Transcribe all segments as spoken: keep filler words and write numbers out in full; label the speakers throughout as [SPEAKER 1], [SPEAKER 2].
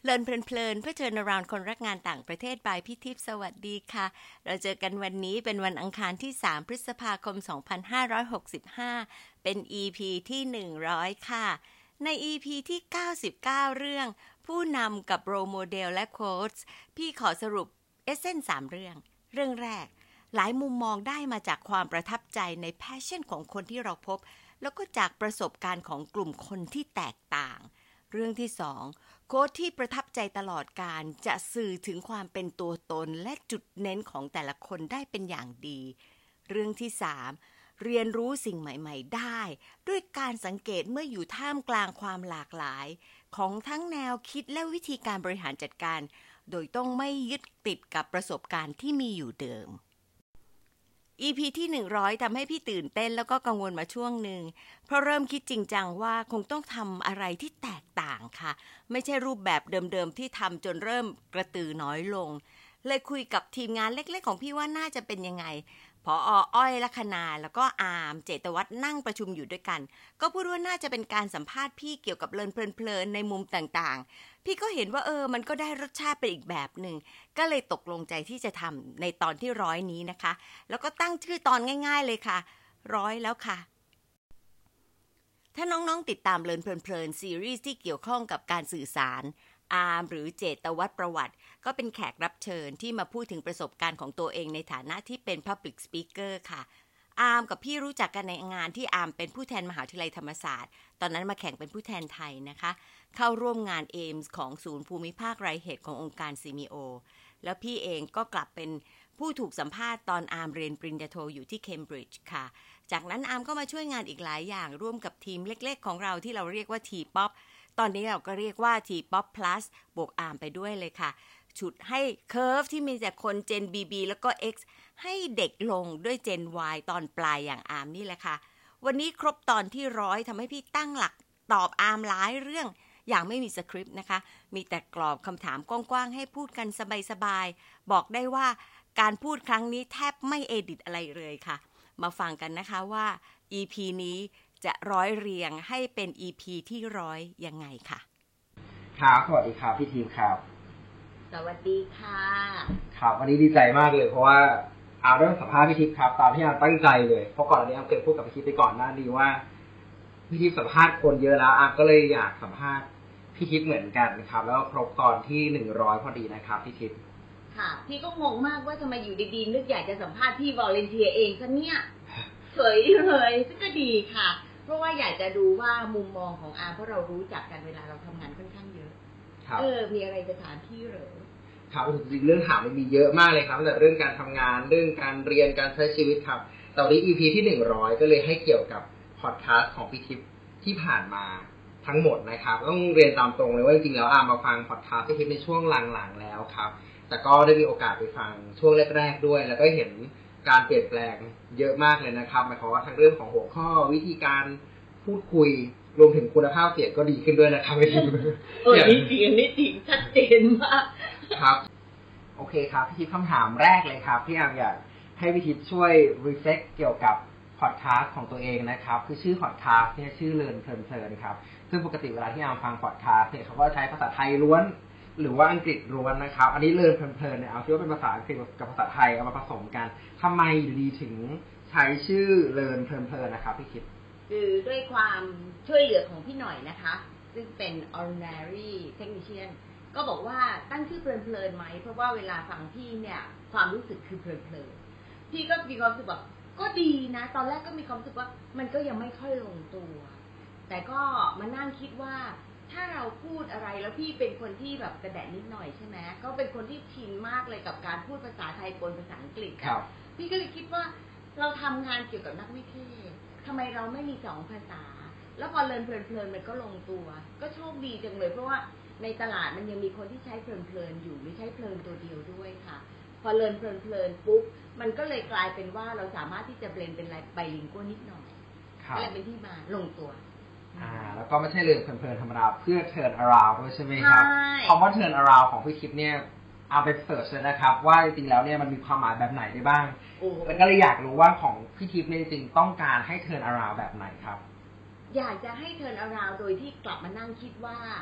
[SPEAKER 1] เลินเพลินๆเพื่อเชิญอาราคนรักงานต่างประเทศบายพี่ทิพย์สวัสดีค่ะเราเจอกันวันนี้เป็นวันอังคารที่สามพฤษภาคมสองพันห้าร้อยหกสิบห้าเป็น อี พี ที่หนึ่งร้อยค่ะใน อี พี ที่เก้าสิบเก้าเรื่องผู้นำกับโรโมเดลและโค้ชพี่ขอสรุปเอเซนสามเรื่องเรื่องแรกหลายมุมมองได้มาจากความประทับใจในแพชชั่นของคนที่เราพบแล้วก็จากประสบการณ์ของกลุ่มคนที่แตกต่างเรื่องที่สองโค้ชที่ประทับใจตลอดการจะสื่อถึงความเป็นตัวตนและจุดเน้นของแต่ละคนได้เป็นอย่างดีเรื่องที่สามเรียนรู้สิ่งใหม่ๆได้ด้วยการสังเกตเมื่ออยู่ท่ามกลางความหลากหลายของทั้งแนวคิดและวิธีการบริหารจัดการโดยต้องไม่ยึดติดกับประสบการณ์ที่มีอยู่เดิมอี พี ที่หนึ่งร้อยทำให้พี่ตื่นเต้นแล้วก็กังวลมาช่วงหนึ่งเพราะเริ่มคิดจริงจังว่าคงต้องทำอะไรที่แตกต่างค่ะไม่ใช่รูปแบบเดิมๆที่ทำจนเริ่มกระตือน้อยลงเลยคุยกับทีมงานเล็กๆของพี่ว่าน่าจะเป็นยังไงผอ.อ้อยลัคนาแล้วก็อาร์มเจตวัฒน์นั่งประชุมอยู่ด้วยกันก็พูดว่าน่าจะเป็นการสัมภาษณ์พี่เกี่ยวกับเลินเพลินๆในมุมต่างๆพี่ก็เห็นว่าเออมันก็ได้รสชาติเป็นอีกแบบหนึ่งก็เลยตกลงใจที่จะทำในตอนที่ร้อยนี้นะคะแล้วก็ตั้งชื่อตอนง่ายๆเลยค่ะร้อยแล้วค่ะถ้าน้องๆติดตามเลินเพลินๆซีรีส์ที่เกี่ยวข้องกับการสื่อสารอาร์มหรือเจตวัฒน์ประวัติก็เป็นแขกรับเชิญที่มาพูดถึงประสบการณ์ของตัวเองในฐานะที่เป็น Public Speaker ค่ะอาร์มกับพี่รู้จักกันในงานที่อาร์มเป็นผู้แทนมหาวิทยาลัยธรรมศาสตร์ตอนนั้นมาแข่งเป็นผู้แทนไทยนะคะเข้าร่วมงาน เอมส์ ของศูนย์ภูมิภาคไรเหตุขององค์การ ซี เอ็ม อี โอ แล้วพี่เองก็กลับเป็นผู้ถูกสัมภาษณ์ตอนอาร์มเรียนปริญญาโทอยู่ที่เคมบริดจ์ค่ะจากนั้นอาร์มก็มาช่วยงานอีกหลายอย่างร่วมกับทีมเล็กๆของเราที่เราเรียกว่า T-ป๊อป ตอนนี้เราก็เรียกว่า T-ป๊อป Plus บวกอาร์มไปด้วยเลยค่ะฉุดให้เคอร์ฟที่มีแต่คน Gen บี บี แล้วก็ X ให้เด็กลงด้วย Gen Y ตอนปลายอย่างอาร์มนี่แหละค่ะวันนี้ครบตอนที่ร้อยทำให้พี่ตั้งหลักตอบอาร์มหลายเรื่องอย่างไม่มีสคริปต์นะคะมีแต่กรอบคำถามกว้างๆให้พูดกันสบายๆบอกได้ว่าการพูดครั้งนี้แทบไม่เอดิตอะไรเลยค่ะมาฟังกันนะคะว่า อี พี นี้จะร้อยเรียงให้เป็น อี พี ที่ร้อยยังไงค่ะ
[SPEAKER 2] ครับสวัสดีครับพี่ทีมครับ
[SPEAKER 1] สวัสดีค่ะ
[SPEAKER 2] ครับวันนี้ดีใจมากเลยเพราะว่าอาเริ่มสัมภาษณ์พี่ทิพย์ครับตามที่อาตั้งใจเลยเพราะก่อนหน้านี้อาเคยพูดกับพี่ทิพย์ไปก่อนหน้านี้ว่าพี่ทิพย์สัมภาษณ์คนเยอะแล้วอาก็เลยอยากสัมภาษณ์พี่ทิพย์เหมือนกันครับแล้วครบตอนที่หนึ่งร้อยพอดีนะครับพี่ทิพย์
[SPEAKER 1] ค่ะพี่ก็งงมากว่าทำไมอยู่ดีๆนึกอยากจะสัมภาษณ์พี่วอลเลนเทียเองซะเนี่ยเฉยเลยซึ่งก็ดีค่ะเพราะว่าอยากจะดูว่ามุมมองของอาร์มเพราะเรารู้จักกันเวลาเราทำงานค่อนข้างเยอะเออมีอะไรจะถามพี่เหรอ
[SPEAKER 2] ครับจริงๆเรื่องถามมันมีเยอะมากเลยครับแต่เรื่องการทำงานเรื่องการเรียนการใช้ชีวิตครับแต่วันนี้ อี พี ที่หนึ่งร้อยก็เลยให้เกี่ยวกับพอดแคสต์ของพี่ทิพย์ที่ผ่านมาทั้งหมดนะครับต้องเรียนตามตรงเลยว่าจริงๆแล้วอาร์มมาฟังพอดแคสต์พี่ทิพย์ในช่วงหลังๆแล้วครับแต่ก็ได้มีโอกาสไปฟังช่วงแรกๆด้วยแล้วก็เห็นการเปลี่ยนแปลงเยอะมากเลยนะครับหมายความว่าทั้งเรื่องของหัวข้อวิธีการพูดคุยรวมถึงคุณภาพเสียงก็ดีขึ้นด้วยนะครับพี่ทิพย์
[SPEAKER 1] เออนี่จริงนี่จริงชัดเจนมาก
[SPEAKER 2] ครับโอเคครับพี่ทิพย์คำถามแรกเลยครับพี่อาร์มอยากให้พี่ทิพย์ช่วยรีเฟล็กเกี่ยวกับพอดแคสต์ของตัวเองนะครับคือชื่อพอดแคสต์เนี่ยชื่อเลินเพลินๆครับซึ่งปกติเวลาที่อาร์มฟังพอดแคสต์เนี่ยเขาก็ใช้ภาษาไทยล้วนหรือว่าอังกฤษล้วนนะครับอันนี้เลินเพลินๆเนี่ยเอาคิดว่าเป็นภาษาอังกฤษกับภาษาไทยเอามาผสมกันทำไมอยู่ดีถึงใช้ชื่อเลินเพลินๆนะครับพี่ทิพย์
[SPEAKER 1] คือด้วยความช่วยเหลือของพี่หน่อยนะคะซึ่งเป็น honorary technician ก็บอกว่าตั้งชื่อเพลินๆไหมเพราะว่าเวลาฟังพี่เนี่ยความรู้สึกคือเพลินๆพี่ก็มีความรู้สึกแบบก็ดีนะตอนแรกก็มีความรู้สึกว่ามันก็ยังไม่ค่อยลงตัวแต่ก็มานั่งคิดว่าถ้าเราพูดอะไรแล้วพี่เป็นคนที่แบบกระแดะนิดหน่อยใช่ไหมก็เป็นคนที่ชินมากเลยกับการพูดภาษาไทยปนภาษาอังกฤษพี่ก็เลยคิดว่าเราทำงานเกี่ยวกับนักวิเทศทำไมเราไม่มีสองภาษาแล้วพอเลินเพลินๆมันก็ลงตัวก็โชคดีจังเลยเพราะว่าในตลาดมันยังมีคนที่ใช้เพลินๆอยู่ไม่ใช่เพลินตัวเดียวด้วยค่ะพอเลินเพลินๆปุ๊บมันก็เลยกลายเป็นว่าเราสามารถที่จะเบลนเป็นไบลิงกัวนิดหน่อยก็เลยเป็นที่มาลงตัว
[SPEAKER 2] อ่าแล้วก็ไม่ใช่เลินเพลินๆธรรมดาเพื่อ turn around ด้วยใช่ไหมครับคำว่า turn around ของพี่ทิพย์เนี่ยเอาไปเสิร์ชเลยนะครับว่าจริงๆแล้วเนี่ยมันมีความหมายแบบไหนได้บ้างแล้วก็เลยอยากรู้ว่าของพี่ทิพย์เนี่ยจริงๆต้องการให้ turn around แบบไหนครับ
[SPEAKER 1] อยากจะให้ turn around โดยที่กลับมานั่งคิดว่า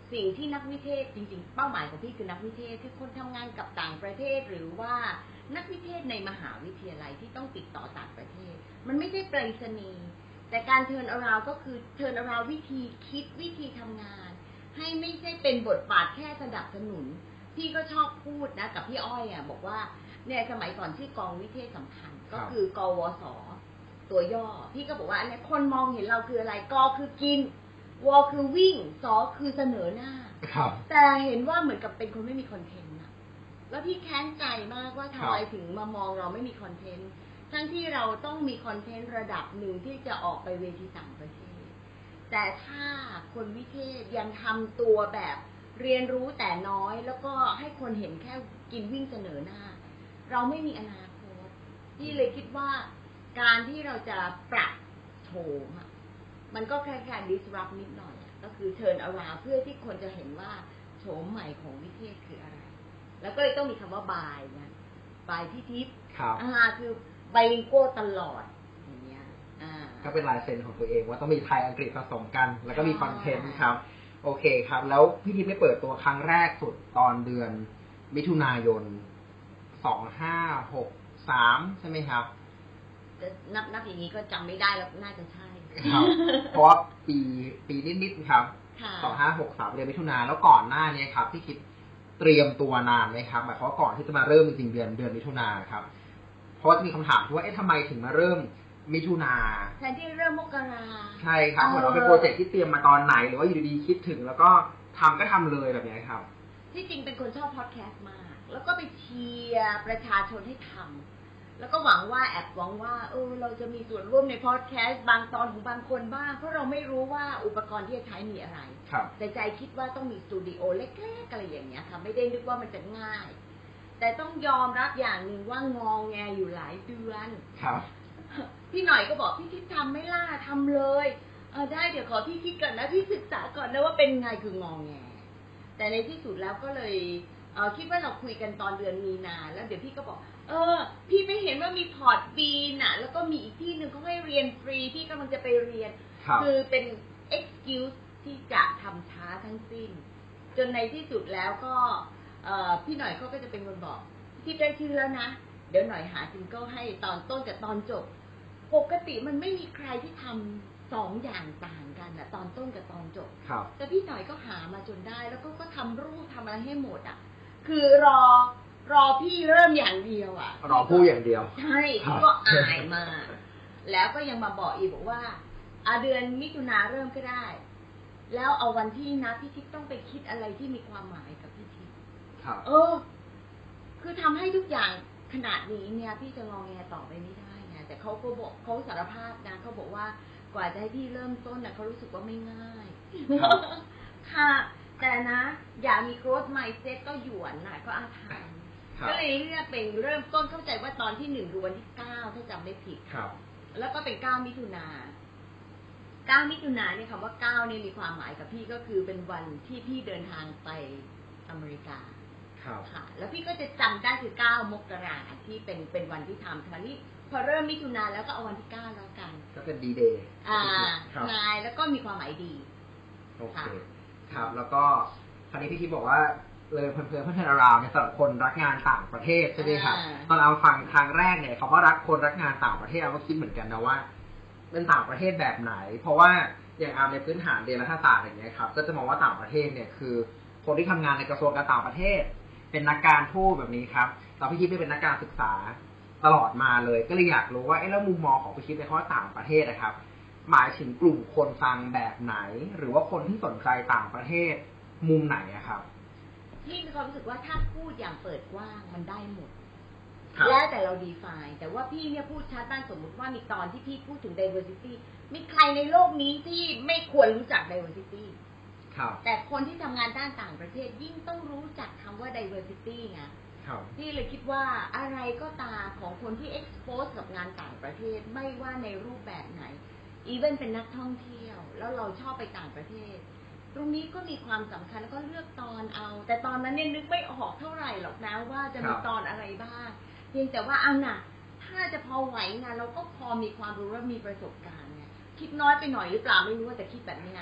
[SPEAKER 1] สิ่งที่นักวิเทศจริงๆเป้าหมายของพี่คือนักวิเทศคือคนทำงานกับต่างประเทศหรือว่านักวิเทศในมหาวิทยาลัยที่ต้องติดต่อต่างประเทศมันไม่ใช่ไปรษณีย์แต่การเทิร์นอราวก็คือเทิร์นอราววิธีคิดวิธีทำงานให้ไม่ใช่เป็นบทบาทแค่สนับสนุนพี่ก็ชอบพูดนะกับพี่อ้อยอ่ะบอกว่าเนี่ยสมัยก่อนชื่อกองวิเทศสัมพันธ์ก็คือกวสตัวย่อพี่ก็บอกว่าเนี่ยคนมองเห็นเราคืออะไรกคือกินวคือวิ่งสอคือเสนอหน้าแต่เห็นว่าเหมือนกับเป็นคนไม่มีคอนเทนต์นะแล้วพี่แค้นใจมากว่าทำไมถึงมามองเราไม่มีคอนเทนต์ทั้งที่เราต้องมีคอนเทนต์ระดับหนึ่งที่จะออกไปเวทีต่างประเทศแต่ถ้าคนวิเทศยังทำตัวแบบเรียนรู้แต่น้อยแล้วก็ให้คนเห็นแค่กินวิ่งเสนอหน้าเราไม่มีอนาคตพี่เลยคิดว่าการที่เราจะปรับโฉมมันก็แค่แค่ disrupt นิดหน่อยก็คือ turn around เพื่อที่คนจะเห็นว่าโฉมใหม่ของวิเทศคืออะไรแล้วก็เลยต้องมีคำว่า by นะby ที่ทิพย์อ่าคือ bilingual ตลอดอย่างเงี้ยอ่า
[SPEAKER 2] ก็เป็นลายเซ็นของตัวเองว่าต้องมีไทยอังกฤษผสมกันแล้วก็มีคอนเทนต์ครับโอเคครับแล้วพี่ทิพย์ได้เปิดตัวครั้งแรกสุดตอนเดือนมิถุนายนสองพันห้าร้อยหกสิบสามใช่ไหมครับ
[SPEAKER 1] นับนับอย่างนี้ก็จำไม่ได้แล้วน่าจะใช่
[SPEAKER 2] ครับเพราะว่าปีปีนิดๆครับสองพันห้าร้อยหกสิบสามเดือนมิถุนายนแล้วก่อนหน้านี้ครับพี่คิดเตรียมตัวนานไหมครับหมายความว่าก่อนที่จะมาเริ่มจริงๆเดือนเดือนมิถุนายนครับเพราะว่าจะมีคำถามที่ว่าเอ๊ะทำไมถึงมาเริ่มมิถุนา
[SPEAKER 1] แทนที่เริ่มมกรา
[SPEAKER 2] ใช่ครับเหมือนเราเป็นโปรเจกต์ที่เตรียมมาตอนไหนหรือว่าอยู่ดีๆคิดถึงแล้วก็ทำก็ทำเลยแบบนี้ครับ
[SPEAKER 1] ที่จริงเป็นคนชอบพอดแคสต์มากแล้วก็ไปเชียร์ประชาชนให้ทำแล้วก็หวังว่าแอบหวังว่าเออเราจะมีส่วนร่วมในพอดแคสต์บางตอนของบางคนบ้างเพราะเราไม่รู้ว่าอุปกรณ์ที่จะใช้มีอะไรแต่ใจคิดว่าต้องมีสตูดิโอเล็กๆอะไรอย่างเงี้ยค่ะไม่ได้นึกว่ามันจะง่ายแต่ต้องยอมรับอย่างหนึ่งว่างองแงอยู่หลายเดือน
[SPEAKER 2] ครับ
[SPEAKER 1] พี่หน่อยก็บอกพี่คิดทำไม่ล่ะทำเลยเออได้เดี๋ยวขอพี่คิดก่อนนะพี่ศึกษาก่อนนะว่าเป็นไงคืององแงแต่ในที่สุดแล้วก็เลยเออคิดว่าเราคุยกันตอนเดือนมีนาแล้วเดี๋ยวพี่ก็บอกเออพี่ไม่เห็นว่ามีพอร์ตบีน่ะแล้วก็มีอีกที่หนึ่งเขาให้เรียนฟรีพี่กำลังจะไปเรียนคือเป็น excuse ที่จะทำช้าทั้งสิ้นจนในที่สุดแล้วก็เออพี่หน่อยเขาก็จะเป็นคนบอกพี่ได้ชื่อแล้วนะเดี๋ยวหน่อยหาซิงเกิลให้ตอนต้นกับตอนจบปกติมันไม่มีใครที่ทำสองอย่างต่างกันอะตอนต้นกับตอนจบแต่พี่หน่อยก็หามาจนได้แล้วก็ก็ทำรูปทำอะไรให้หมดอะคือรอรอพี่เริ่มอย่างเดียวอะ
[SPEAKER 2] รอพูดอย่างเดียว
[SPEAKER 1] ใช่ก็อายมาแล้วก็ยังมาบอกอีกบอกว่าอาเดือนมิถุนาเริ่มก็ได้แล้วเอาวันที่นะพี่ทิพย์ต้องไปคิดอะไรที่มีความหมายกับพี่ทิพย์เออคือทำให้ทุกอย่างขนาดนี้เนี่ยพี่จะงอแงต่อไปไม่ได้ไงแต่เขาก็บอกเขาสารภาพนะเขาบอกว่ากว่าจะให้พี่เริ่มต้นน่ะเขารู้สึกว่าไม่ง่ายค่ะแต่นะอยากมี growth mindset ก็หยวนน่ะก็อาถรรพ์ก็เลยเลือกเป็นเริ่มต้นเข้าใจว่าตอนที่หนึ่งคือวันที่เก้าถ้าจำไม่ผิดแล้วก็เป็นเก้ามิถุนาเก้ามิถุนาเนี่ยคำว่าเก้าเนี่ยมีความหมายกับพี่ก็คือเป็นวันที่พี่เดินทางไปอเมริกาค่ะแล้วพี่ก็จะจำได้คือเก้ามกราที่เป็นเป็นวันที่ทำคราวนี้พอเริ่มมิถุนาแล้วก็เอาวันที่เก้าแล้วกัน
[SPEAKER 2] ก็เป็นดีเดย์
[SPEAKER 1] อ่าใช่แล้วก็มีความหมายดี
[SPEAKER 2] โอเคครับแล้วก็คราวนี้พี่ทิพย์บอกว่าเลยเพลินเพลินพัฒนาราวเนี่ยสำหรับคนรักงานต่างประเทศใช่ไหมครับตอนเราฟังครั้งแรกเนี่ยเขาว่ารักคนรักงานต่างประเทศเราก็คิดเหมือนกันนะว่าเป็นต่างประเทศแบบไหนเพราะว่าอย่างอาร์มในพื้นฐานเรียนรัฐศาสตร์อย่างเงี้ยครับก็จะมองว่าต่างประเทศเนี่ยคือคนที่ทำงานในกระทรวงการต่างประเทศเป็นนักการทูตแบบนี้ครับเราพี่ทิพย์ได้เป็นนักการศึกษาตลอดมาเลยก็เลยอยากรู้ว่าเอ๊ะแล้วมุมมองของพี่ทิพย์ในข้อต่างประเทศนะครับหมายถึงกลุ่มคนฟังแบบไหนหรือว่าคนที่สนใจต่างประเทศมุมไหนอะครับ
[SPEAKER 1] พี่มีความรู้สึกว่าถ้าพูดอย่างเปิดกว้างมันได้หมดแล้วแต่เรา define แต่ว่าพี่เนี่ยพูดชัดบ้างสมมติว่ามีตอนที่พี่พูดถึง diversity มีใครในโลกนี้ที่ไม่ควรรู้จัก diversity แต่คนที่ทำงานด้านต่างประเทศยิ่งต้องรู้จักคำว่า diversity ไงพี่เลยคิดว่าอะไรก็ตามของคนที่ expose กับงานต่างประเทศไม่ว่าในรูปแบบไหน even เป็นนักท่องเที่ยวแล้วเราชอบไปต่างประเทศตรงนี้ก็มีความสำคัญแล้วก็เลือกตอนเอาแต่ตอนนั้นเนี่ยนึกไม่ออกเท่าไหร่หรอกนะว่าจะมีตอนอะไรบ้างเพียงแต่ว่าเอาน่ะถ้าจะพอไหวงานเราก็พอมีความรู้และมีประสบการณ์ไงคิดน้อยไปหน่อยหรือเปล่าไม่รู้แต่คิดแบบนี้น่ะ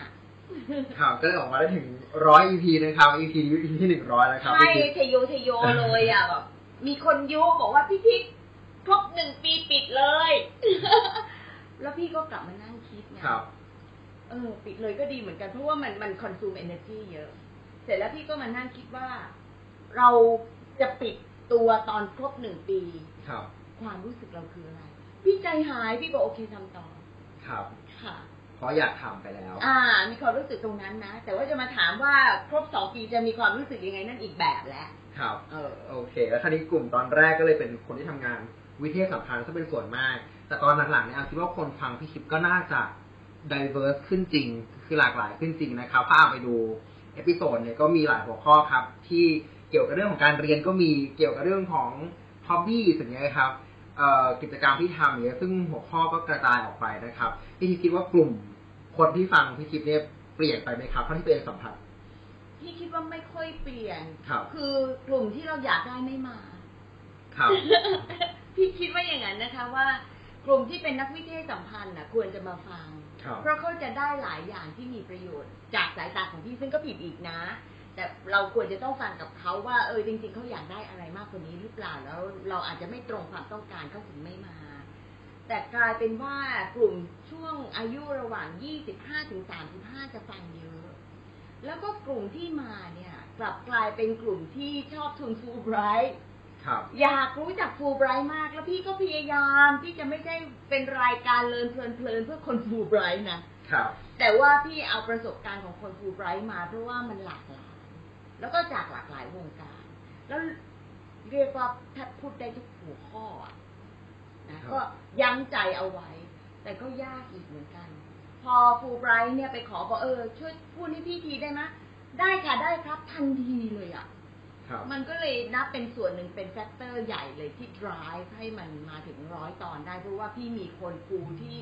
[SPEAKER 2] ครับก็เลยออกมาได้ถึงร้อย อี พี นะครับ อี พี นี้ อี พี ที่หนึ่งร้อยแล้วครับ
[SPEAKER 3] ใช่ทะโยทะโยเลยอ่ะแบบมีคนยุบอกว่าพี่ทิพย์ครบหนึ่งปีปิดเลยแล้วพี่ก็กลับมานั่งคิดไง
[SPEAKER 2] ครับ
[SPEAKER 3] เออปิดเลยก็ดีเหมือนกันเพราะว่ามันมันคอนซูมเอเนอร์จีเยอะเสร็จแล้วพี่ก็มานั่งคิดว่าเราจะปิดตัวตอนครบหนึ่งปี
[SPEAKER 2] ครับ
[SPEAKER 3] ความรู้สึกเราคืออะไรพี่ใจหายพี่บอกโอเคทำต่อ
[SPEAKER 2] ครับ
[SPEAKER 3] ค่ะ
[SPEAKER 2] เพราะอยากทำไปแล้ว
[SPEAKER 3] อ่ามีความรู้สึกตรงนั้นนะแต่ว่าจะมาถามว่าครบสองปีจะมีความรู้สึกยังไงนั่นอีกแบบแล้ว
[SPEAKER 2] ครับเออโอเคแล้วคราวนี้กลุ่มตอนแรกก็เลยเป็นคนที่ทำงานวิทยาสัมพันธ์ซะเป็นส่วนมากแต่ตอนหลังๆเนี่ยคิดว่าคนฟังพี่ทิพย์ก็น่าจะ diverse ขึ้นจริงคือหลากหลายขึ้นจริงนะครับถ้าไปดูเอพิโซดเนี่ยก็มีหลายหัวข้อครับที่เกี่ยวกับเรื่องของการเรียนก็มีเกี่ยวกับเรื่องของฮ็อบบี้สิ่งนี้ครับกิจกรรมที่ทำเนี่ยซึ่งหัวข้อก็กระจายออกไปนะครับพี่ทิพย์คิดว่ากลุ่มคนที่ฟังพี่ทิพย์เนี่ยเปลี่ยนไปไหมครับเท่าที่ตัวเองสัมผัส
[SPEAKER 3] พี่คิดว่าไม่ค่อยเปลี่ยน
[SPEAKER 2] ครับ
[SPEAKER 3] คือกลุ่มที่เราอยากได้ไม่มา
[SPEAKER 2] ครับ
[SPEAKER 3] พี่คิดว่าอย่างนั้นนะคะว่ากลุ่มที่เป็นนักวิทยาสัมพันธ์น่ะควรจะมาฟังเพราะเขาจะได้หลายอย่างที่มีประโยชน์จากสายตาของพี่ซึ่งก็ผิดอีกนะแต่เราควรจะต้องฟังกับเขาว่าเออจริงๆเขาอยากได้อะไรมากกว่านี้หรือเปล่าแล้วเราอาจจะไม่ตรงความต้องการเขาถึงไม่มาแต่กลายเป็นว่ากลุ่มช่วงอายุระหว่างยี่สิบห้าถึงสามสิบห้าจะฟังเยอะแล้วก็กลุ่มที่มาเนี่ยกลับกลายเป็นกลุ่มที่ชอบทุนฟูลไบรท์อยากรู้จักฟูลไบรท์มากแล้วพี่ก็พยายามที่จะไม่ใช่เป็นรายการเลินเพลินๆเพื่อคนฟูลไบรท์นะครับแต่ว่าพี่เอาประสบการณ์ของคนฟูลไบรท์มาเพราะว่ามันหลากหลายแล้วก็จากหลากหลายวงการแล้วเรียกว่าแทบพูดได้ทุกหัวข้อนะก็ยั้งใจเอาไว้แต่ก็ยากอีกเหมือนกันพอฟูลไบรท์เนี่ยไปขอบอกเออช่วยพูดให้พี่ทีได้ไหมได้ค่ะได้ครับทันทีเลยอ่ะมันก็เลยนับเป็นส่วนหนึ่งเป็นแฟกเตอร์ใหญ่เลยที่ drive ให้มันมาถึงร้อยตอนได้เพราะว่าพี่มีคนฟูลที่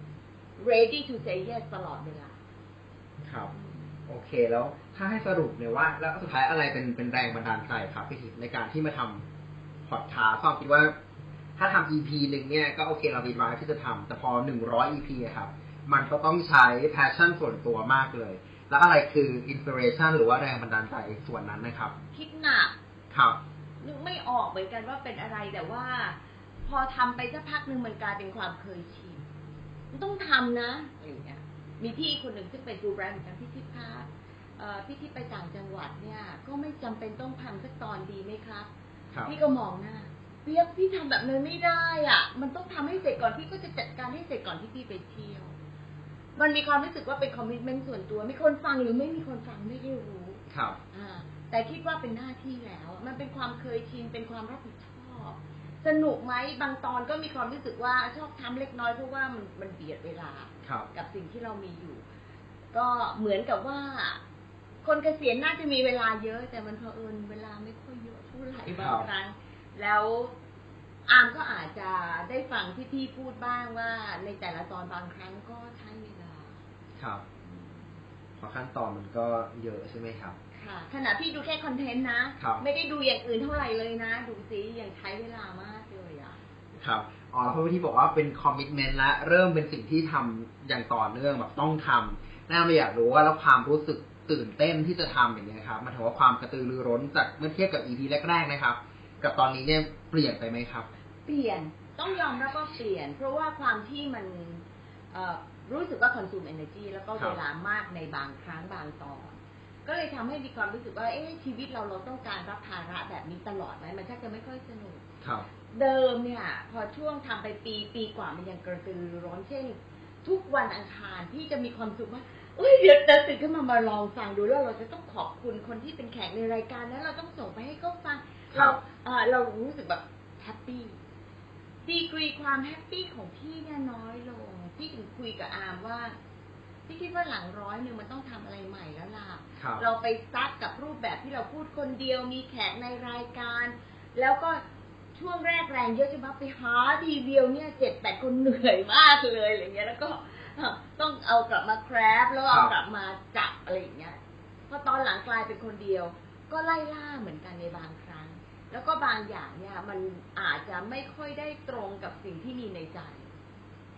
[SPEAKER 3] ready to say yes ตลอดเวลา
[SPEAKER 2] ครับโอเคแล้วถ้าให้สรุปเนี่ยว่าแล้วสุดท้ายอะไรเป็นเป็นแรงบันดาลใจครับพี่ทิพย์ในการที่มาทำพอดคาสต์ความคิดว่าถ้าทำ อี พี หนึ่งเนี่ยก็โอเคเรามีไว้ที่จะทำแต่พอหนึ่งร้อย อี พี ครับมันก็ต้องใช้ passion ส่วนตัวมากเลยแล้วอะไรคือ inspiration หรือว่าแรงบันดาลใจส่วนนั้นนะครับ
[SPEAKER 3] คิดหนัก
[SPEAKER 2] ครับ
[SPEAKER 3] นึกไม่ออกเหมือนกันว่าเป็นอะไรแต่ว่าพอทำไปสักพักนึงมันกลายเป็นความเคยชินมันต้องทำนะอะไรอย่างเงี้ยมีพี่คนหนึ่งซึ่งเป็นฟูลไบรท์เหมือนกันพี่ทิพย์คะพี่ทิพย์ไปต่างจังหวัดเนี่ยก็ไม่จำเป็นต้องทำสักตอนดีไหมครับพี่ก็มองหน้าเปียกพี่ทำแบบนั้นไม่ได้อ่ะมันต้องทำให้เสร็จก่อนพี่ก็จะจัดการให้เสร็จก่อนที่พี่ไปเที่ยวมันมีความรู้สึกว่าเป็นคอมมิตเมนต์ส่วนตัวมีคนฟังหรือไม่มีคนฟังไม่ได้รู้
[SPEAKER 2] ครับ
[SPEAKER 3] อ่าแต่คิดว่าเป็นหน้าที่แล้วมันเป็นความเคยชินเป็นความรับผิดชอบสนุกไหมบางตอนก็มีความรู้สึกว่าชอบทำเล็กน้อยเพราะว่ามันมันเบียดเวลากับสิ่งที่เรามีอยู่ก็เหมือนกับว่าคนเกษียณน่าจะมีเวลาเยอะแต่มันเผอิญเวลาไม่ค่อยเยอะเท่าไหร่บางครั้งแล้วอาร์มก็อาจจะได้ฟังที่พี่พูดบ้างว่าในแต่ละตอนบางครั้งก็ใช้เวลา
[SPEAKER 2] ครับเพราะขั้นตอนมันก็เยอะใช่ไหมครับ
[SPEAKER 3] ค่ะขณะพี่ดูแค่คอนเทนต์นะไม่ได้ดูอย่างอื่นเท่าไหร่เลยนะดูซิยังใช้เวลามากเลยอ่ะ
[SPEAKER 2] ครับอ๋อเพราะที่บอกว่าเป็นคอมมิตเมนต์และเริ่มเป็นสิ่งที่ทำอย่างต่อเนื่องแบบต้องทำน่าไม่อยากรู้ว่าแล้วความรู้สึกตื่นเต้นที่จะทำอย่างนี้ครับมันถือว่าความกระตือรือร้นจากเมื่อเทียบกับ อี พี แรกๆนะครับกับตอนนี้เนี่ยเปลี่ยนไปไหมครับ
[SPEAKER 3] เปลี่ยนต้องยอมรับว่าเปลี่ยนเพราะว่าความที่มันรู้สึกว่า consume energy แล้วก็เวลามากในบางครั้งบางตอนก็เลยทำให้มีความรู้สึกว่าเอ๊ะชีวิตเราเราต้องการรับภาระแบบนี้ตลอดไหมมันชักจะไม่ค่อยสนุกเดิมเนี่ยพอช่วงทำไปปีปีกว่ามันยังกระตือรือร้นเช่นทุกวันอังคารที่จะมีความสุขว่าเอ้ยเดี๋ยวตื่นขึ้นมามาลองฟังดูแล้วเราจะต้องขอบคุณคนที่เป็นแขกในรายการนั้นเราต้องส่งไปให้เขาฟังเราเออเรารู้สึกแบบแฮปปี้ดีกรีความแฮปปี้ของพี่เนี่ยน้อยลงพี่ถึงคุยกับอาร์มว่าพี่คิดว่าหลังร้อยหนึ่งมันต้องทำอะไรใหม่แล้วล่ะเราไปซัดกับรูปแบบที่เราพูดคนเดียวมีแขกในรายการแล้วก็ช่วงแรกแรงเยอะจะมาไปหาทีเดียวเนี่ยเจ็ดแปดคนเหนื่อยมากเลยอะไรเงี้ยแล้วก็ต้องเอากลับมาแครฟแล้วเอากลับมาจับอะไรอย่างเงี้ยพอตอนหลังกลายเป็นคนเดียวก็ไล่ล่าเหมือนกันในบางครั้งแล้วก็บางอย่างเนี่ยมันอาจจะไม่ค่อยได้ตรงกับสิ่งที่มีในใจ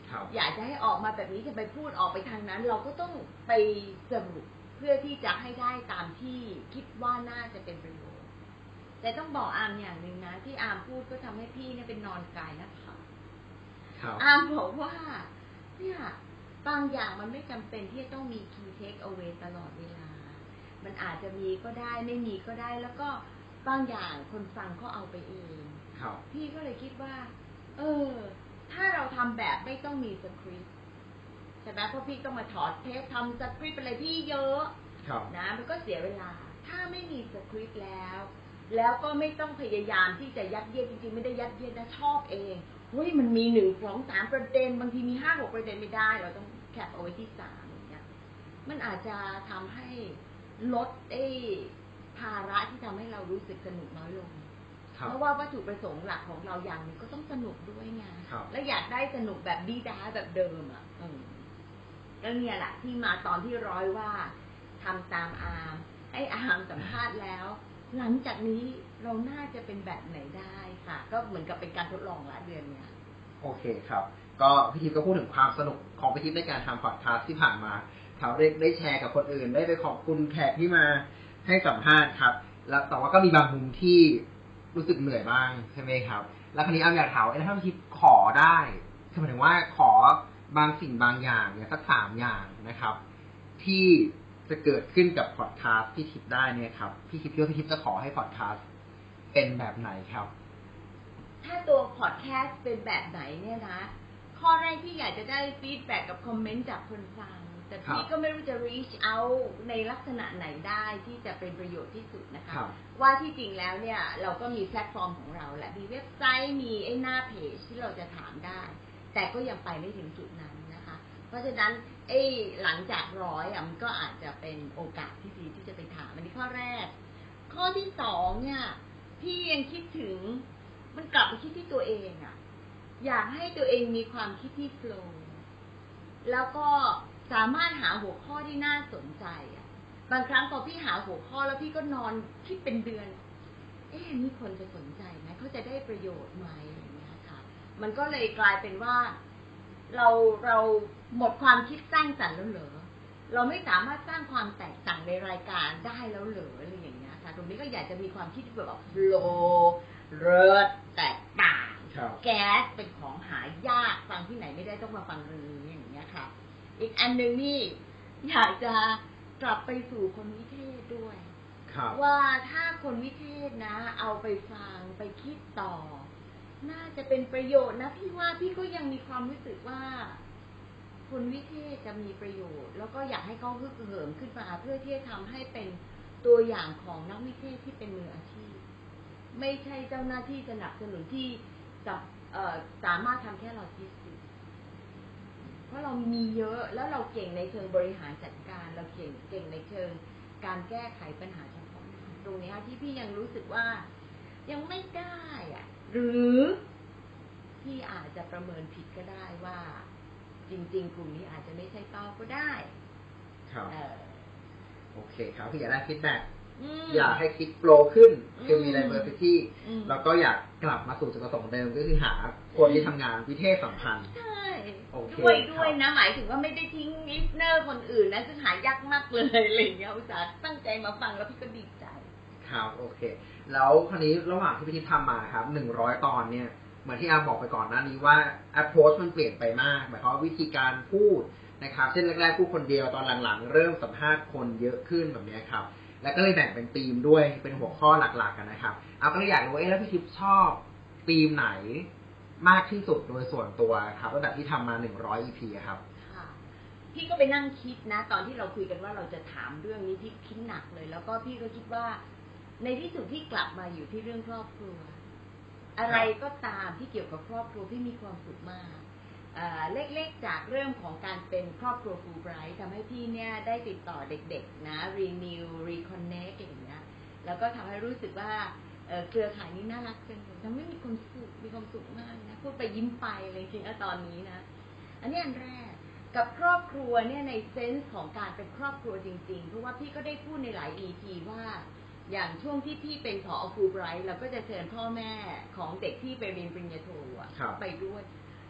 [SPEAKER 3] อยากจะให้ออกมาแบบนี้จะไปพูดออกไปทางนั้นเราก็ต้องไปสรุปเพื่อที่จะให้ได้ตามที่คิดว่าน่าจะเป็นประโยชน์แต่ต้องบอกอาร์มอย่างหนึ่งนะที่อาร์มพูดก็ทำให้พี่เนี่ยเป็นนอนกายนะคะอาร์มบอกว่าเนี่ยบางอย่างมันไม่จำเป็นที่จะต้องมี key take away ตลอดเวลามันอาจจะมีก็ได้ไม่มีก็ได้แล้วก็บางอย่างคนฟังก็เอาไปเองพี่ก็เลยคิดว่าเออถ้าเราทำแบบไม่ต้องมีสคริปต์ใช่ไหมเพราะพี่ต้องมาถอดเทปทำสคริปต์อะไรพี่เยอะนะมันก็เสียเวลาถ้าไม่มีสคริปต์แล้วแล้วก็ไม่ต้องพยายามที่จะยัดเยียดจริงๆไม่ได้ยัดเยียดนะชอบเองเฮ้ยมันมีหนึ่งสองสามประเด็นบางทีมีห้าหกประเด็นไม่ได้เราต้องแคปเอาไว้ที่สามอย่างเงี้ยมันอาจจะทำให้ลดไอ้ภาระที่ทำให้เรารู้สึกสนุกน้อยลงเพราะว่าวัตถุประสงค์หลักของเราอย่างนึงก็ต้องสนุกด้วยไงและอยากได้สนุกแบบดีด้าแบบเดิมอ่ะแล้วเนี่ยแหละที่มาตอนที่ร้อยว่าทำตามอาร์มให้อาร์มสัมภาษณ์แล้วหลังจากนี้เราน่าจะเป็นแบบไหนได้ค่ะก็เหมือนกับเป็นการทดลองละเดือนเนี้ย
[SPEAKER 2] โอเคครับก็พี่ทิพย์ก็พูดถึงความสนุกของพี่ทิพย์ในการทำพอดคาสต์ที่ผ่านมาเขาได้ได้แชร์กับคนอื่นได้ไปขอบคุณแขกที่มาให้สัมภาษณ์ครับแล้วแต่ว่าก็มีบางมุมที่รู้สึกเหนื่อยบ้างใช่ไหมครับแล้วคราวนี้เอาอยากถามไอ้ถ้าพี่ทิพย์ขอได้คือหมายถึงว่าขอบางสิ่งบางอย่างเนี่ยสักสามอย่างนะครับที่จะเกิดขึ้นกับพอดคาสต์พี่ทิพย์ได้เนี่ยครับพี่ทิพย์คิดว่าพี่ทิพย์จะขอให้พอดคาสต์เป็นแบบไหนครับ
[SPEAKER 3] ถ้าตัวพอดแคสต์เป็นแบบไหนเนี่ยนะข้อแรกที่อยากจะได้ฟีดแบ็กกับคอมเมนต์จากคนฟังแต่พี่ก็ไม่รู้จะ reach out ในลักษณะไหนได้ที่จะเป็นประโยชน์ที่สุดนะคะว่าที่จริงแล้วเนี่ยเราก็มีแพลตฟอร์มของเราแหละมีเว็บไซต์มีไอ้หน้าเพจที่เราจะถามได้แต่ก็ยังไปไม่ถึงจุดนั้นนะคะเพราะฉะนั้นไอ้หลังจากร้อยอ่ะมันก็อาจจะเป็นโอกาสที่ดีที่จะไปถามอันนี้ข้อแรกข้อที่สองเนี่ยพี่ยังคิดถึงมันกลับไปคิดที่ตัวเองอ่ะอยากให้ตัวเองมีความคิดที่โฟลว์แล้วก็สามารถหาหัวข้อที่น่าสนใจอ่ะบางครั้งพอพี่หาหัวข้อแล้วพี่ก็นอนคิดเป็นเดือนเอ๊ะนี่คนจะสนใจไหมเขาจะได้ประโยชน์ไหมอย่างเงี้ยค่ะมันก็เลยกลายเป็นว่าเราเราหมดความคิดสร้างสรรค์แล้วเหรอเราไม่สามารถสร้างความแตกต่างในรายการได้แล้วเหรออะไรอย่างเงี้ยค่ะตรงนี้ก็อยากจะมีความคิดที่แบบโฟลว์เลิศแตกต่างแก๊สเป็นของหายากฟังที่ไหนไม่ได้ต้องมาฟังเรื่องนี้อย่างเงี้ยค่ะอีกอันนึงนี่อยากจะกลับไปสู่คนวิเทศด้วยว่าถ้าคนวิเทศนะเอาไปฟังไปคิดต่อน่าจะเป็นประโยชน์นะพี่ว่าพี่ก็ยังมีความรู้สึกว่าคนวิเทศจะมีประโยชน์แล้วก็อยากให้เขาฮึกเหิมขึ้นมาเพื่อที่จะทำให้เป็นตัวอย่างของนักวิเทศที่เป็นมืออาชีพไม่ใช่เจ้าหน้าที่สนับสนุนที่จะสามารถทำแค่โลจิสติกส์เพราะเรามีเยอะแล้วเราเก่งในเชิงบริหารจัดการเราเก่งเก่งในเชิงการแก้ไขปัญหาเฉพาะหน้าตรงนี้ที่พี่ยังรู้สึกว่ายังไม่ได้อะหรือพี่อาจจะประเมินผิดก็ได้ว่าจริงๆกลุ่มนี้อาจจะไม่ใช่เป้าก็ได้
[SPEAKER 2] ครับโอเคครับพี่อยากได้ฟีดแบ็กอยากให้คิดโฟลว์ขึ้นคือมี diversity แล้วก็อยากกลับมาสู่จุดประสงค์เดิมก็คือหาคนที่ทำงานวิเทศสัมพันธ์
[SPEAKER 3] ใช่ด้วยด้วยนะหมายถึงว่าไม่ได้ทิ้งลิสเนอร์คนอื่นนะซึ่งหายากมากเลยอะไรอย่างเงี้ยอุตส่าห์ตั้งใจมาฟังแล้วพี่ก็ดีใจ
[SPEAKER 2] ครับโอเคแล้วคราวนี้ระหว่างที่พี่ทิพย์ทำมาครับหนึ่งร้อยตอนเนี่ยเหมือนที่อาบอกไปก่อนหน้านี้ว่า approach มันเปลี่ยนไปมากหมายความว่าวิธีการพูดนะครับเช่นแรกๆพูดคนเดียวตอนหลังๆเริ่มสัมภาษณ์คนเยอะขึ้นแบบนี้ครับแล้วก็เลยแบ่งเป็นธีมด้วยเป็นหัวข้อหลักๆกันนะครับเอาก็เลยอยากรู้ว่าเอ๊ะแล้วพี่ทิพย์ชอบธีมไหนมากที่สุดโดยส่วนตัวครับตั้งแต่ที่ทำมาหนึ่งร้อย อี พี ครับ
[SPEAKER 3] ค่ะพี่ก็ไปนั่งคิดนะตอนที่เราคุยกันว่าเราจะถามเรื่องนี้พี่คิดหนักเลยแล้วก็พี่ก็คิดว่าในที่สุดที่กลับมาอยู่ที่เรื่องครอบครัวอะไรก็ตามที่เกี่ยวกับครอบครัวพี่มีความสุขมากเล็กๆจากเรื่องของการเป็นครอบครัวฟูลไบรท์ทำให้พี่เนี่ยได้ติดต่อเด็กๆนะ renew reconnect อย่างเงี้ยแล้วก็ทำให้รู้สึกว่าเครือข่ายนี้น่ารักจังเลยทำให้มีความสุขมีความสุขมากนะพูดไปยิ้มไปเลยจริงๆตอนนี้นะอันนี้อันแรกกับครอบครัวเนี่ยในเซนส์ของการเป็นครอบครัวจริงๆเพราะว่าพี่ก็ได้พูดในหลาย อี พี ว่าอย่างช่วงที่พี่เป็นผอฟูลไบรท์เราก็จะเชิญพ่อแม่ของเด็กที่ไปเรียนปริญญาโทไปด้วย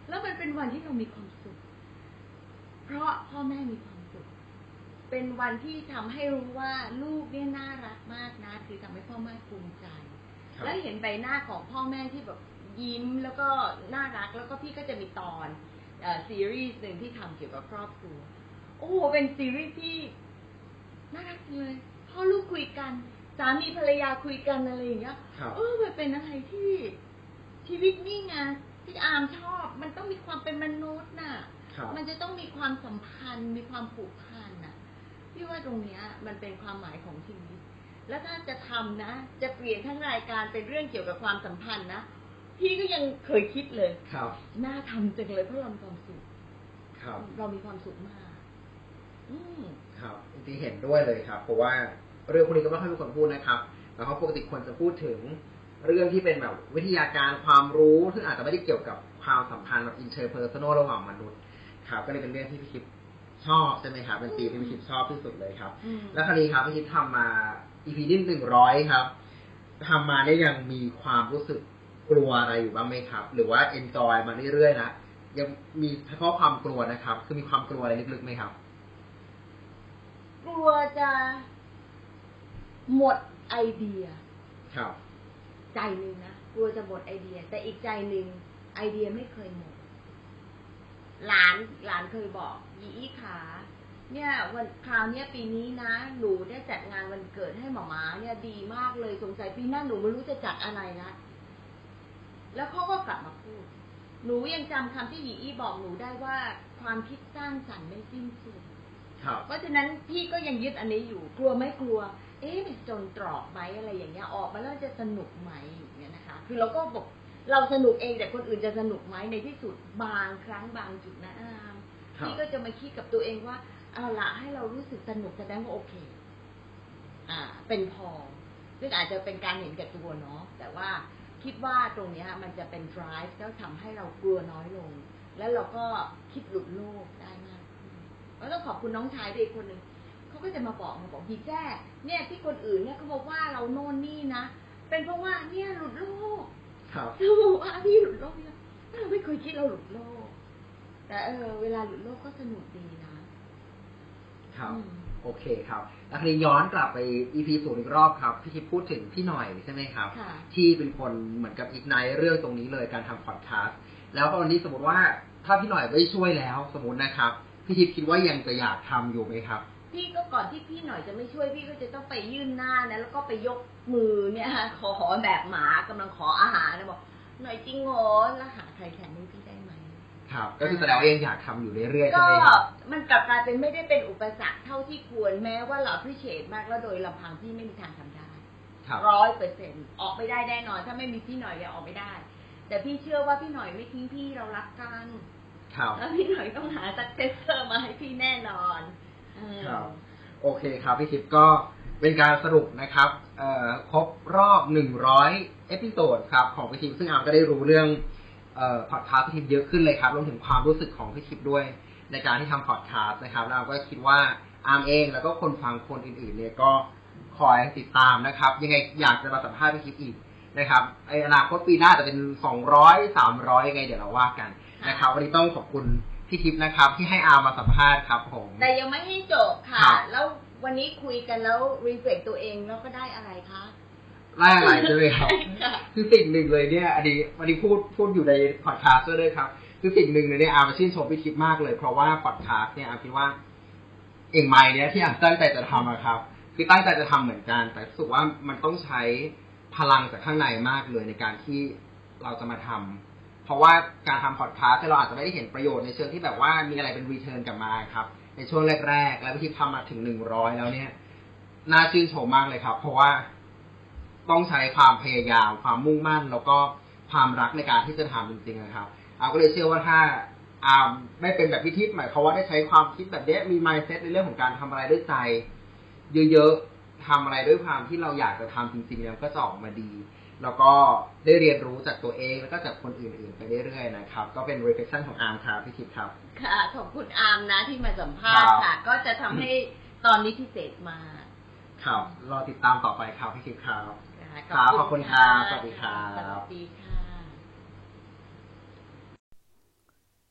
[SPEAKER 3] แล้วมันเป็นวันที่เรามีความสุขเพราะพ่อแม่มีความสุขเป็นวันที่ทำให้รู้ว่าลูกเนี่ยน่ารักมากนะคือทำให้พ่อแม่ภูมิใจแล้วเห็นใบหน้าของพ่อแม่ที่แบบยิ้มแล้วก็น่ารักแล้วก็พี่ก็จะมีตอนเอ่อซีรีส์หนึ่งที่ทำเกี่ยวกับครอบครัวโอ้โหเป็นซีรีส์ที่น่ารักเลยพ่อลูกคุยกันสามีภรรยาคุยกันอะไรอย่างเงี้ยเออมันเป็นอะไรที่ชีวิตนี่ไงที่อามชอบมันต้องมีความเป็นมนุษย์น่ะมันจะต้องมีความสัมพันธ์มีความผูกพันน่ะพี่ว่าตรงเนี้ยมันเป็นความหมายของชีวิตแล้วถ้าจะทำนะจะเปลี่ยนทั้งรายการเป็นเรื่องเกี่ยวกับความสัมพันธ์นะพี่ก็ยังเคยคิดเลย
[SPEAKER 2] ครับ
[SPEAKER 3] น่าทำจังเลยเพราะเรามีความสุข
[SPEAKER 2] ครับ
[SPEAKER 3] เรามีความสุขมากอืม
[SPEAKER 2] ครับจริงๆเห็นด้วยเลยครับเพราะว่าเรื่องพวกนี้ก็ไม่ค่อยมีคนพูดนะครับแล้วเขาปกติคนจะพูดถึงเรื่องที่เป็นแบบวิทยาการความรู้ซึ่งอาจจะไม่ได้เกี่ยวกับความสัมพันธ์แบบ interpersonal ระหว่างมนุษย์ครับก็เลยเป็นเรื่องที่พี่คิดชอบใช่ไหมครับเป็นธีมที่พี่คิดชอบที่สุดเลยครับแล้วคราวนี้ครับพี่คิดทำมา อี พี ที่หนึ่งร้อยครับทำมาได้ยังมีความรู้สึกกลัวอะไรอยู่บ้างไหมครับหรือว่า enjoy มาเรื่อยๆนะยังมีเฉพาะความกลัวนะครับคือมีความกลัวอะไรลึกๆไหมครับ
[SPEAKER 3] กลัวจะหมดไอเดีย
[SPEAKER 2] ครับ
[SPEAKER 3] ใจหนึ่งนะกลัวจะหมดไอเดียแต่อีกใจหนึ่งไอเดียไม่เคยหมดหลานหลานเคยบอกยีอี้ขาเนี่ยวันคราวนี้ปีนี้นะหนูได้จัดงานวันเกิดให้หม่าม้าเนี่ยดีมากเลยสงสัยปีหน้าหนูไม่รู้จะจัดอะไรนะแล้วเขาก็กลับมาพูดหนูยังจำคำที่ยีอี้บอกหนูได้ว่าความคิดสร้างสรรค์ไม่สิ้นสุดเพราะฉะนั้นพี่ก็ยังยึดอันนี้อยู่กลัวไม่กลัวเอ๊ะมันจนตรอกไหมอะไรอย่างเงี้ยออกมาแล้วจะสนุกไหมอย่างเงี้ยนะคะคือเราก็บอกเราสนุกเองแต่คนอื่นจะสนุกไหมในที่สุดบางครั้งบางจุดนะอามพี่ก็จะมาคิดกับตัวเองว่าเอาละให้เรารู้สึกสนุกแสดงว่าโอเคอ่าเป็นพอซึ่งอาจจะเป็นการเห็นแก่ตัวเนาะแต่ว่าคิดว่าตรงนี้มันจะเป็น drive แล้วทำให้เรากลัวน้อยลงแล้วเราก็คิดหลุดโลกได้มากขึ้นแล้วต้องขอบคุณน้องชายด้วยคนหนึ่งเขาก็จะมาบอกมาบอกพี่แจ้เนี่ยที่คนอื่นเนี่ยเขาบอกว่าเราโน่นนี่นะเป็นเพราะว่าเนี่ยหลุดโลก
[SPEAKER 2] ครับ
[SPEAKER 3] เขาบอกว่าพี่หลุดโลกเนี่ยเราไม่เคยคิดเราหลุดโลกแต่เออเวลาหลุดโลกก็สนุกดีนะครับ
[SPEAKER 2] โอเคครับแล้วทีนี้ย้อนกลับไป อี พี ศูนย์อีกรอบครับพี่คิดพูดถึงพี่หน่อยใช่ไหมครับที่เป็นคนเหมือนกับอีกไนท์เรื่องตรงนี้เลยการทำพอดคาสต์แล้วตอนนี้สมมติว่าถ้าพี่หน่อยไม่ช่วยแล้วสมมตินะครับพี่ทิพย์คิดว่ายังจะอยากทำอยู่ไหมครับ
[SPEAKER 3] พี่ก็ก่อนที่พี่หน่อยจะไม่ช่วยพี่ก็จะต้องไปยื่นหน้านะแล้วก็ไปยกมือเนี่ยขอแบบหมากำลังขออาหารนะบอกหน่อยจริงเหรอแล้วหาใครแทนให้พี่ได้ไหม
[SPEAKER 2] ครับก็คือแสดงว่ายังอยากทำอยู่เรื่อยๆใช่ไหมครับ
[SPEAKER 3] ก็มันกลับกลายเป็นไม่ได้เป็นอุปสรรคเท่าที่ควรแม้ว่าเราพิเศษมากแล้วโดยลำพังพี่ไม่มีทางทำได้ร้อยเปอร์เซ็นต์ออกไม่ได้แน่นอนถ้าไม่มีพี่หน่อยเนี่ยออกไม่ได้แต่พี่เชื่อว่าพี่หน่อยไม่ทิ้งพี่เรารักกันแล้วพี่หน่อยต้องหาซักเซสเซอร์มาให้พี่แน่นอน
[SPEAKER 2] ครับโอเคครับพี่ทิพย์ก็เป็นการสรุปนะครับเอ่อครบรอบหนึ่งร้อยเอพิโซดครับของพี่ทิพย์ซึ่งอาร์มก็ได้รู้เรื่องเอ่อพอดคาสต์พี่ทิพย์เยอะขึ้นเลยครับรวมถึงความรู้สึกของพี่ทิพย์ด้วยในการที่ทำพอดคาสต์นะครับแล้วก็คิดว่าอาร์มเองแล้วก็คนฟังคนอื่นๆเนี่ยก็คอยติดตามนะครับยังไงอยากจะมาสัมภาษณ์พี่ทิพย์อีกนะครับในอนาคตปีหน้าจะเป็นสองร้อย สามร้อยยังไงเดี๋ยวเราว่ากันนะครับวันนี้ต้องขอบคุณพี่ทิพย์นะครับที่ให้อาร์มมาสัมภาษณ์ครับผม
[SPEAKER 3] แต่ยังไม่ให้จบค่ะแล้ววันนี้คุยกันแล้วรีเฟล็กตัวเองแล้วก็ได้อะไรคะ
[SPEAKER 2] ได้อะไรใช่ไหมครับคือสิ่งหนึ่งเลยเนี่ยอันนี้วันนี้พูดพูดอยู่ในพอดคาสต์ด้วยครับคือสิ่งหนึ่งเลยเนี่ยอาร์มชื่นชมพี่ทิพย์มากเลยเพราะว่าพอดคาสต์เนี่ยอาร์มคิดว่าเองไมค์เนี่ยที่อาร์มตั้งใจจะทำอะครับคือตั้งใจจะทำเหมือนกันแต่รู้สึกว่ามันต้องใช้พลังจากข้างในมากเลยในการที่เราจะมาทำเพราะว่าการทำพอดคาสต์เราอาจจะไม่ได้เห็นประโยชน์ในเชิงที่แบบว่ามีอะไรเป็นรีเทิร์นกลับมาครับในช่วงแรกๆแล้วพี่ทิพย์ทำมาถึงหนึ่งร้อยแล้วเนี่ยน่าชื่นชมมากเลยครับเพราะว่าต้องใช้ความพยายามความมุ่งมั่นแล้วก็ความรักในการที่จะทำจริงๆนะครับอาก็เลยเชื่อว่าถ้าอาไม่เป็นแบบพี่ทิพย์หมายความว่าได้ใช้ความคิดแบบนี้มี mindset ในเรื่องของการทำอะไรด้วยใจเยอะๆทำอะไรด้วยความที่เราอยากจะทำจริงๆแล้วก็จะออกมาดีแล้วก็ได้เรียนรู้จากตัวเองแล้วก็จากคนอื่นๆไปเรื่อยๆนะครับก็เป็น reflection ของอาร์มครับพี่ทิพย์ครับ
[SPEAKER 3] ค่ะขอบคุณอาร์มนะที่มาสัมภาษณ์ค่ะก็จะทำให้ตอนนี้พิเศษมาก
[SPEAKER 2] ครับรอติดตามต่อไปครับพี่ทิพย์ครับครับขอบคุณครับสวัสดีครับ
[SPEAKER 3] สวัสดีค่ะ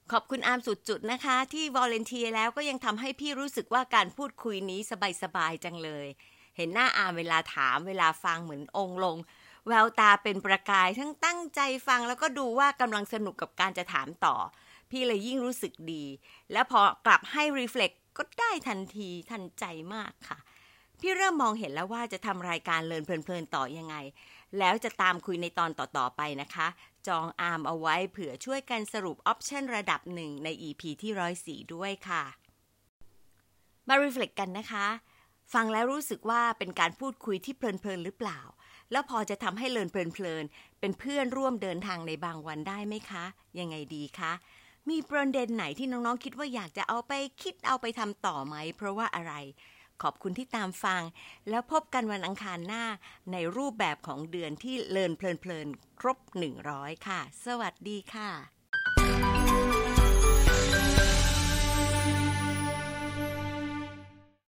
[SPEAKER 1] ขอบคุณอาร์มสุดจุดนะคะที่วอลเนเทียแล้วก็ยังทำให้พี่รู้สึกว่าการพูดคุยนี้สบายๆจังเลยเห็นหน้าอาร์มเวลาถามเวลาฟังเหมือนองค์ลงแววตาเป็นประกายทั้งตั้งใจฟังแล้วก็ดูว่ากำลังสนุกกับการจะถามต่อพี่เลยยิ่งรู้สึกดีแล้วพอกลับให้รีเฟล็กก็ได้ทันทีทันใจมากค่ะพี่เริ่มมองเห็นแล้วว่าจะทำรายการเลินเพลินๆต่อยังไงแล้วจะตามคุยในตอนต่อๆไปนะคะจองอาร์มเอาไว้เผื่อช่วยกันสรุปออปชันระดับหนึ่งใน อี พี ที่หนึ่งร้อยสี่ด้วยค่ะมารีเฟล็กกันนะคะฟังแล้วรู้สึกว่าเป็นการพูดคุยที่เพลินๆหรือเปล่าแล้วพอจะทำให้เลินเพลินๆเป็นเพื่อนร่วมเดินทางในบางวันได้ไหมคะยังไงดีคะมีประเด็นไหนที่น้องๆคิดว่าอยากจะเอาไปคิดเอาไปทำต่อไหมเพราะว่าอะไรขอบคุณที่ตามฟังแล้วพบกันวันอังคารหน้าในรูปแบบของเดือนที่เลินเพลินๆครบหนึ่งร้อยค่ะสวัสดีค่ะ